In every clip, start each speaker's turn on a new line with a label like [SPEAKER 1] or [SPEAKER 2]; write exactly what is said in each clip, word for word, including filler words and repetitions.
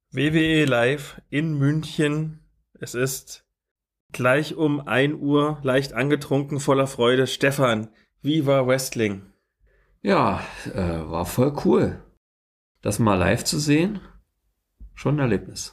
[SPEAKER 1] W W E Live in München. Es ist gleich um ein Uhr, leicht angetrunken, voller Freude. Stefan, wie war Wrestling?
[SPEAKER 2] Ja, äh, war voll cool. Das mal live zu sehen, schon ein Erlebnis.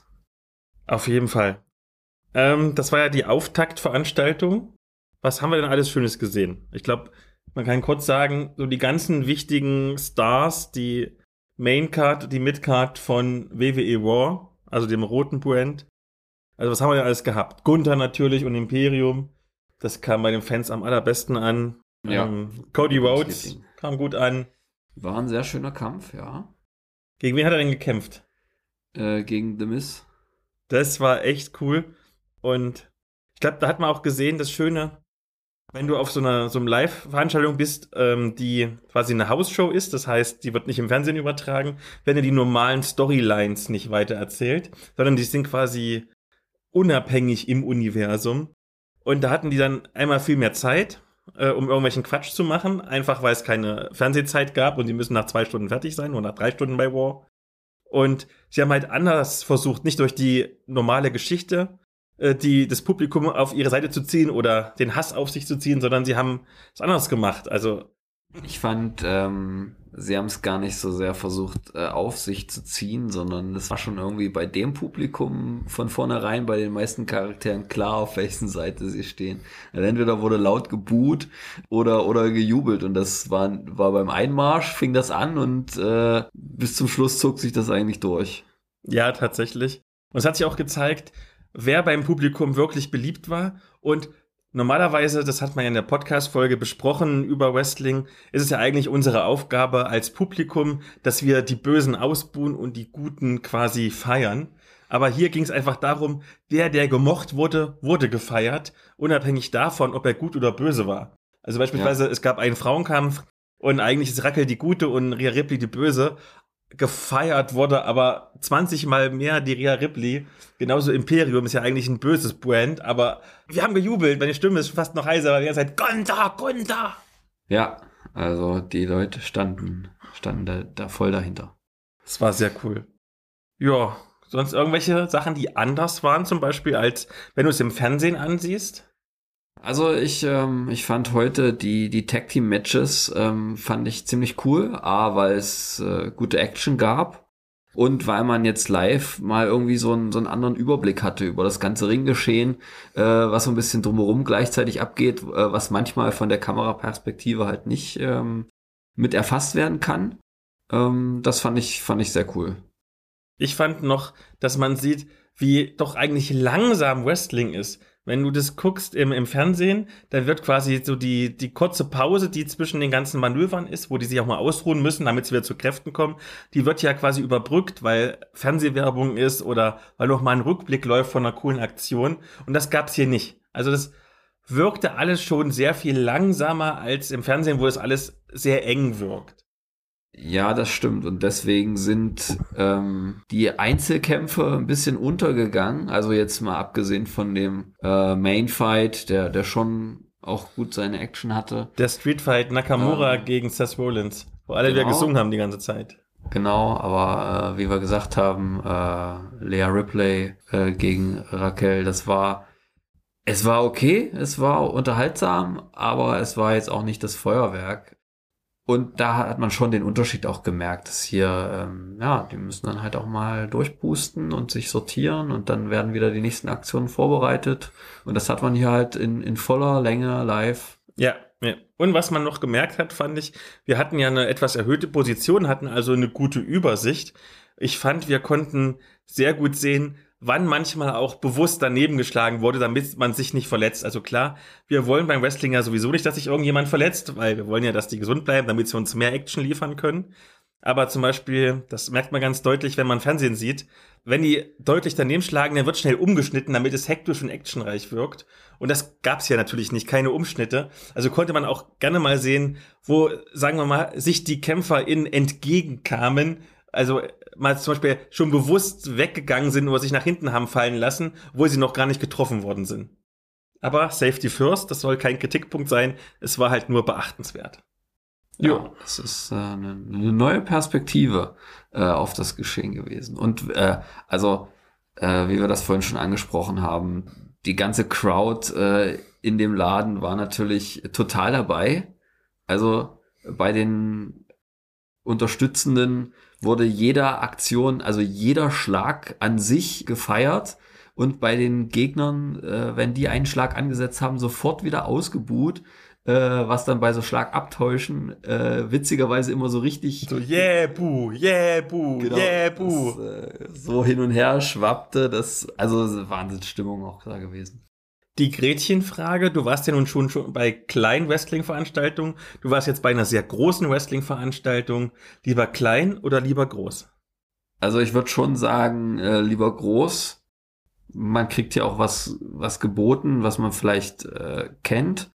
[SPEAKER 1] Auf jeden Fall. Ähm, das war ja die Auftaktveranstaltung. Was haben wir denn alles Schönes gesehen? Ich glaube, man kann kurz sagen, so die ganzen wichtigen Stars, die Maincard, die Midcard von W W E Raw, also dem roten Brand. Also was haben wir denn alles gehabt? Gunther natürlich und Imperium. Das kam bei den Fans am allerbesten an.
[SPEAKER 2] Ja.
[SPEAKER 1] Ähm, Cody Rhodes kam gut an.
[SPEAKER 2] War ein sehr schöner Kampf, ja.
[SPEAKER 1] Gegen wen hat er denn gekämpft?
[SPEAKER 2] Äh, gegen The Miz.
[SPEAKER 1] Das war echt cool. Und ich glaube, da hat man auch gesehen, das Schöne, wenn du auf so einer so einer Live-Veranstaltung bist, ähm, die quasi eine Hausshow ist, das heißt, die wird nicht im Fernsehen übertragen, wenn er die normalen Storylines nicht weiter erzählt, sondern die sind quasi unabhängig im Universum. Und da hatten die dann einmal viel mehr Zeit, äh, um irgendwelchen Quatsch zu machen, einfach weil es keine Fernsehzeit gab und die müssen nach zwei Stunden fertig sein oder nach drei Stunden bei War. Und sie haben halt anders versucht, nicht durch die normale Geschichte, äh, die das Publikum auf ihre Seite zu ziehen oder den Hass auf sich zu ziehen, sondern sie haben es anders gemacht. Also
[SPEAKER 2] Ich fand, ähm, sie haben es gar nicht so sehr versucht, äh, auf sich zu ziehen, sondern es war schon irgendwie bei dem Publikum von vornherein bei den meisten Charakteren klar, auf welchen Seite sie stehen. Also entweder wurde laut geboot oder oder gejubelt und das war war beim Einmarsch fing das an und äh, bis zum Schluss zog sich das eigentlich durch.
[SPEAKER 1] ja, tatsächlich. Und es hat sich auch gezeigt, wer beim Publikum wirklich beliebt war. Und normalerweise, das hat man ja in der Podcast-Folge besprochen über Wrestling, ist es ja eigentlich unsere Aufgabe als Publikum, dass wir die Bösen ausbuhen und die Guten quasi feiern. Aber hier ging es einfach darum, der, der gemocht wurde, wurde gefeiert, unabhängig davon, ob er gut oder böse war. Also beispielsweise, ja. Es gab einen Frauenkampf und eigentlich ist Raquel die Gute und Rhea Ripley die Böse. Gefeiert wurde aber zwanzig Mal mehr die Rhea Ripley. Genauso Imperium ist ja eigentlich ein böses Brand, aber wir haben gejubelt, meine Stimme ist fast noch heiser, weil wir gesagt Gunther, Gunther!
[SPEAKER 2] Ja, also die Leute standen, standen da, da voll dahinter.
[SPEAKER 1] Das war sehr cool. Ja, sonst irgendwelche Sachen, die anders waren, zum Beispiel, als wenn du es im Fernsehen ansiehst?
[SPEAKER 2] Also ich ähm, ich fand heute die die Tag Team Matches ähm, fand ich ziemlich cool, a weil es äh, gute Action gab und weil man jetzt live mal irgendwie so einen so einen anderen Überblick hatte über das ganze Ringgeschehen, äh, was so ein bisschen drumherum gleichzeitig abgeht, äh, was manchmal von der Kameraperspektive halt nicht ähm, mit erfasst werden kann. Ähm, das fand ich fand ich sehr cool.
[SPEAKER 1] Ich fand noch, dass man sieht, wie doch eigentlich langsam Wrestling ist. Wenn du das guckst im, im Fernsehen, dann wird quasi so die, die kurze Pause, die zwischen den ganzen Manövern ist, wo die sich auch mal ausruhen müssen, damit sie wieder zu Kräften kommen, die wird ja quasi überbrückt, weil Fernsehwerbung ist oder weil noch mal ein Rückblick läuft von einer coolen Aktion. Und das gab's hier nicht. Also das wirkte alles schon sehr viel langsamer als im Fernsehen, wo es alles sehr eng wirkt.
[SPEAKER 2] Ja, das stimmt. Und deswegen sind ähm, die Einzelkämpfe ein bisschen untergegangen. Also jetzt mal abgesehen von dem äh, Main Fight, der der schon auch gut seine Action hatte.
[SPEAKER 1] Der Street Fight Nakamura
[SPEAKER 2] ähm,
[SPEAKER 1] gegen Seth Rollins, wo alle
[SPEAKER 2] genau,
[SPEAKER 1] wieder gesungen haben die ganze Zeit.
[SPEAKER 2] Genau, aber äh, wie wir gesagt haben, äh, Rhea Ripley äh, gegen Raquel, das war, es war okay, es war unterhaltsam, aber es war jetzt auch nicht das Feuerwerk. Und da hat man schon den Unterschied auch gemerkt, dass hier, ähm, ja, die müssen dann halt auch mal durchboosten und sich sortieren und dann werden wieder die nächsten Aktionen vorbereitet. Und das hat man hier halt in, in voller Länge live.
[SPEAKER 1] Ja, ja. Und was man noch gemerkt hat, fand ich, wir hatten ja eine etwas erhöhte Position, hatten also eine gute Übersicht. Ich fand, wir konnten sehr gut sehen, wann manchmal auch bewusst daneben geschlagen wurde, damit man sich nicht verletzt. Also klar, wir wollen beim Wrestling ja sowieso nicht, dass sich irgendjemand verletzt, weil wir wollen ja, dass die gesund bleiben, damit sie uns mehr Action liefern können. Aber zum Beispiel, das merkt man ganz deutlich, wenn man Fernsehen sieht, wenn die deutlich daneben schlagen, dann wird schnell umgeschnitten, damit es hektisch und actionreich wirkt. Und das gab's ja natürlich nicht, keine Umschnitte. Also konnte man auch gerne mal sehen, wo, sagen wir mal, sich die KämpferInnen entgegenkamen, also mal zum Beispiel schon bewusst weggegangen sind oder sich nach hinten haben fallen lassen, wo sie noch gar nicht getroffen worden sind. Aber Safety first, das soll kein Kritikpunkt sein, es war halt nur beachtenswert.
[SPEAKER 2] Ja,
[SPEAKER 1] Jo.
[SPEAKER 2] das ist äh, eine, eine neue Perspektive äh, auf das Geschehen gewesen. Und äh, also, äh, wie wir das vorhin schon angesprochen haben, die ganze Crowd äh, in dem Laden war natürlich total dabei. Also bei den Unterstützenden wurde jeder Aktion, also jeder Schlag an sich gefeiert. Und bei den Gegnern, äh, wenn die einen Schlag angesetzt haben, sofort wieder ausgebuht. Äh, was dann bei so Schlagabtäuschen äh, witzigerweise immer so richtig
[SPEAKER 1] So, yeah, buh, yeah, buh,
[SPEAKER 2] genau,
[SPEAKER 1] yeah, buh.
[SPEAKER 2] das, äh, so hin und her schwappte. Das, also Wahnsinnsstimmung auch da gewesen.
[SPEAKER 1] Die Gretchenfrage, du warst ja nun schon, schon bei kleinen Wrestling-Veranstaltungen, du warst jetzt bei einer sehr großen Wrestling-Veranstaltung. Lieber klein oder lieber groß?
[SPEAKER 2] Also ich würde schon sagen, äh, lieber groß. Man kriegt ja auch was, was geboten, was man vielleicht äh, kennt.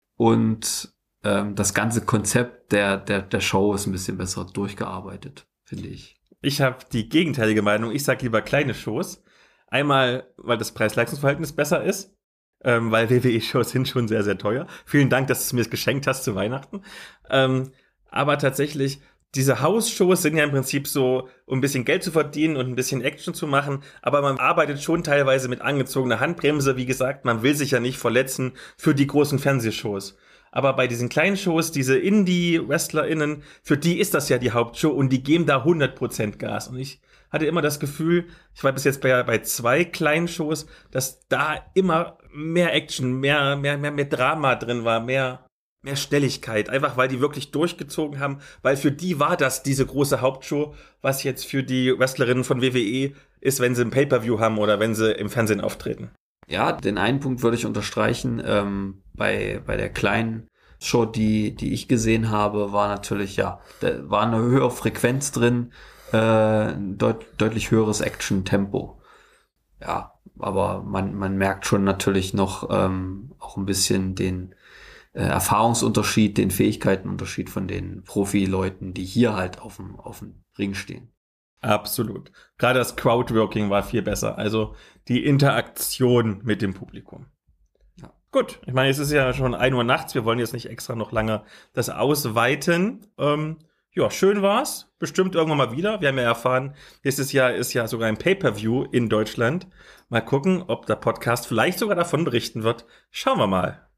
[SPEAKER 2] Und ähm, das ganze Konzept der, der, der Show ist ein bisschen besser durchgearbeitet, finde ich.
[SPEAKER 1] Ich habe die gegenteilige Meinung. Ich sag lieber kleine Shows. Einmal, weil das Preis-Leistungs-Verhältnis besser ist, ähm, weil W W E-Shows sind schon sehr, sehr teuer. Vielen Dank, dass du mir das geschenkt hast zu Weihnachten. Ähm, aber tatsächlich, diese House-Shows sind ja im Prinzip so, um ein bisschen Geld zu verdienen und ein bisschen Action zu machen, aber man arbeitet schon teilweise mit angezogener Handbremse. Wie gesagt, man will sich ja nicht verletzen für die großen Fernsehshows. Aber bei diesen kleinen Shows, diese Indie-WrestlerInnen, für die ist das ja die Hauptshow und die geben da hundert Prozent Gas. Und ich hatte immer das Gefühl, ich war bis jetzt bei, bei zwei kleinen Shows, dass da immer mehr Action, mehr, mehr, mehr, mehr Drama drin war, mehr, mehr Schnelligkeit. Einfach weil die wirklich durchgezogen haben, weil für die war das diese große Hauptshow, was jetzt für die Wrestlerinnen von W W E ist, wenn sie ein Pay-Per-View haben oder wenn sie im Fernsehen auftreten.
[SPEAKER 2] Ja, den einen Punkt würde ich unterstreichen. Ähm, bei, bei der kleinen Show, die, die ich gesehen habe, war natürlich, ja, da war eine höhere Frequenz drin, äh, deut, deutlich höheres Action-Tempo. Ja, aber man, man merkt schon natürlich noch ähm, auch ein bisschen den äh, Erfahrungsunterschied, den Fähigkeitenunterschied von den Profi-Leuten, die hier halt auf dem, auf dem Ring stehen.
[SPEAKER 1] Absolut. Gerade das Crowdworking war viel besser. Also die Interaktion mit dem Publikum.
[SPEAKER 2] Ja.
[SPEAKER 1] Gut, ich meine, es ist ja schon ein Uhr nachts. Wir wollen jetzt nicht extra noch lange das ausweiten. Ähm, ja, schön war's. Bestimmt irgendwann mal wieder. Wir haben ja erfahren, nächstes Jahr ist ja sogar ein Pay-Per-View in Deutschland. Mal gucken, ob der Podcast vielleicht sogar davon berichten wird. Schauen wir mal.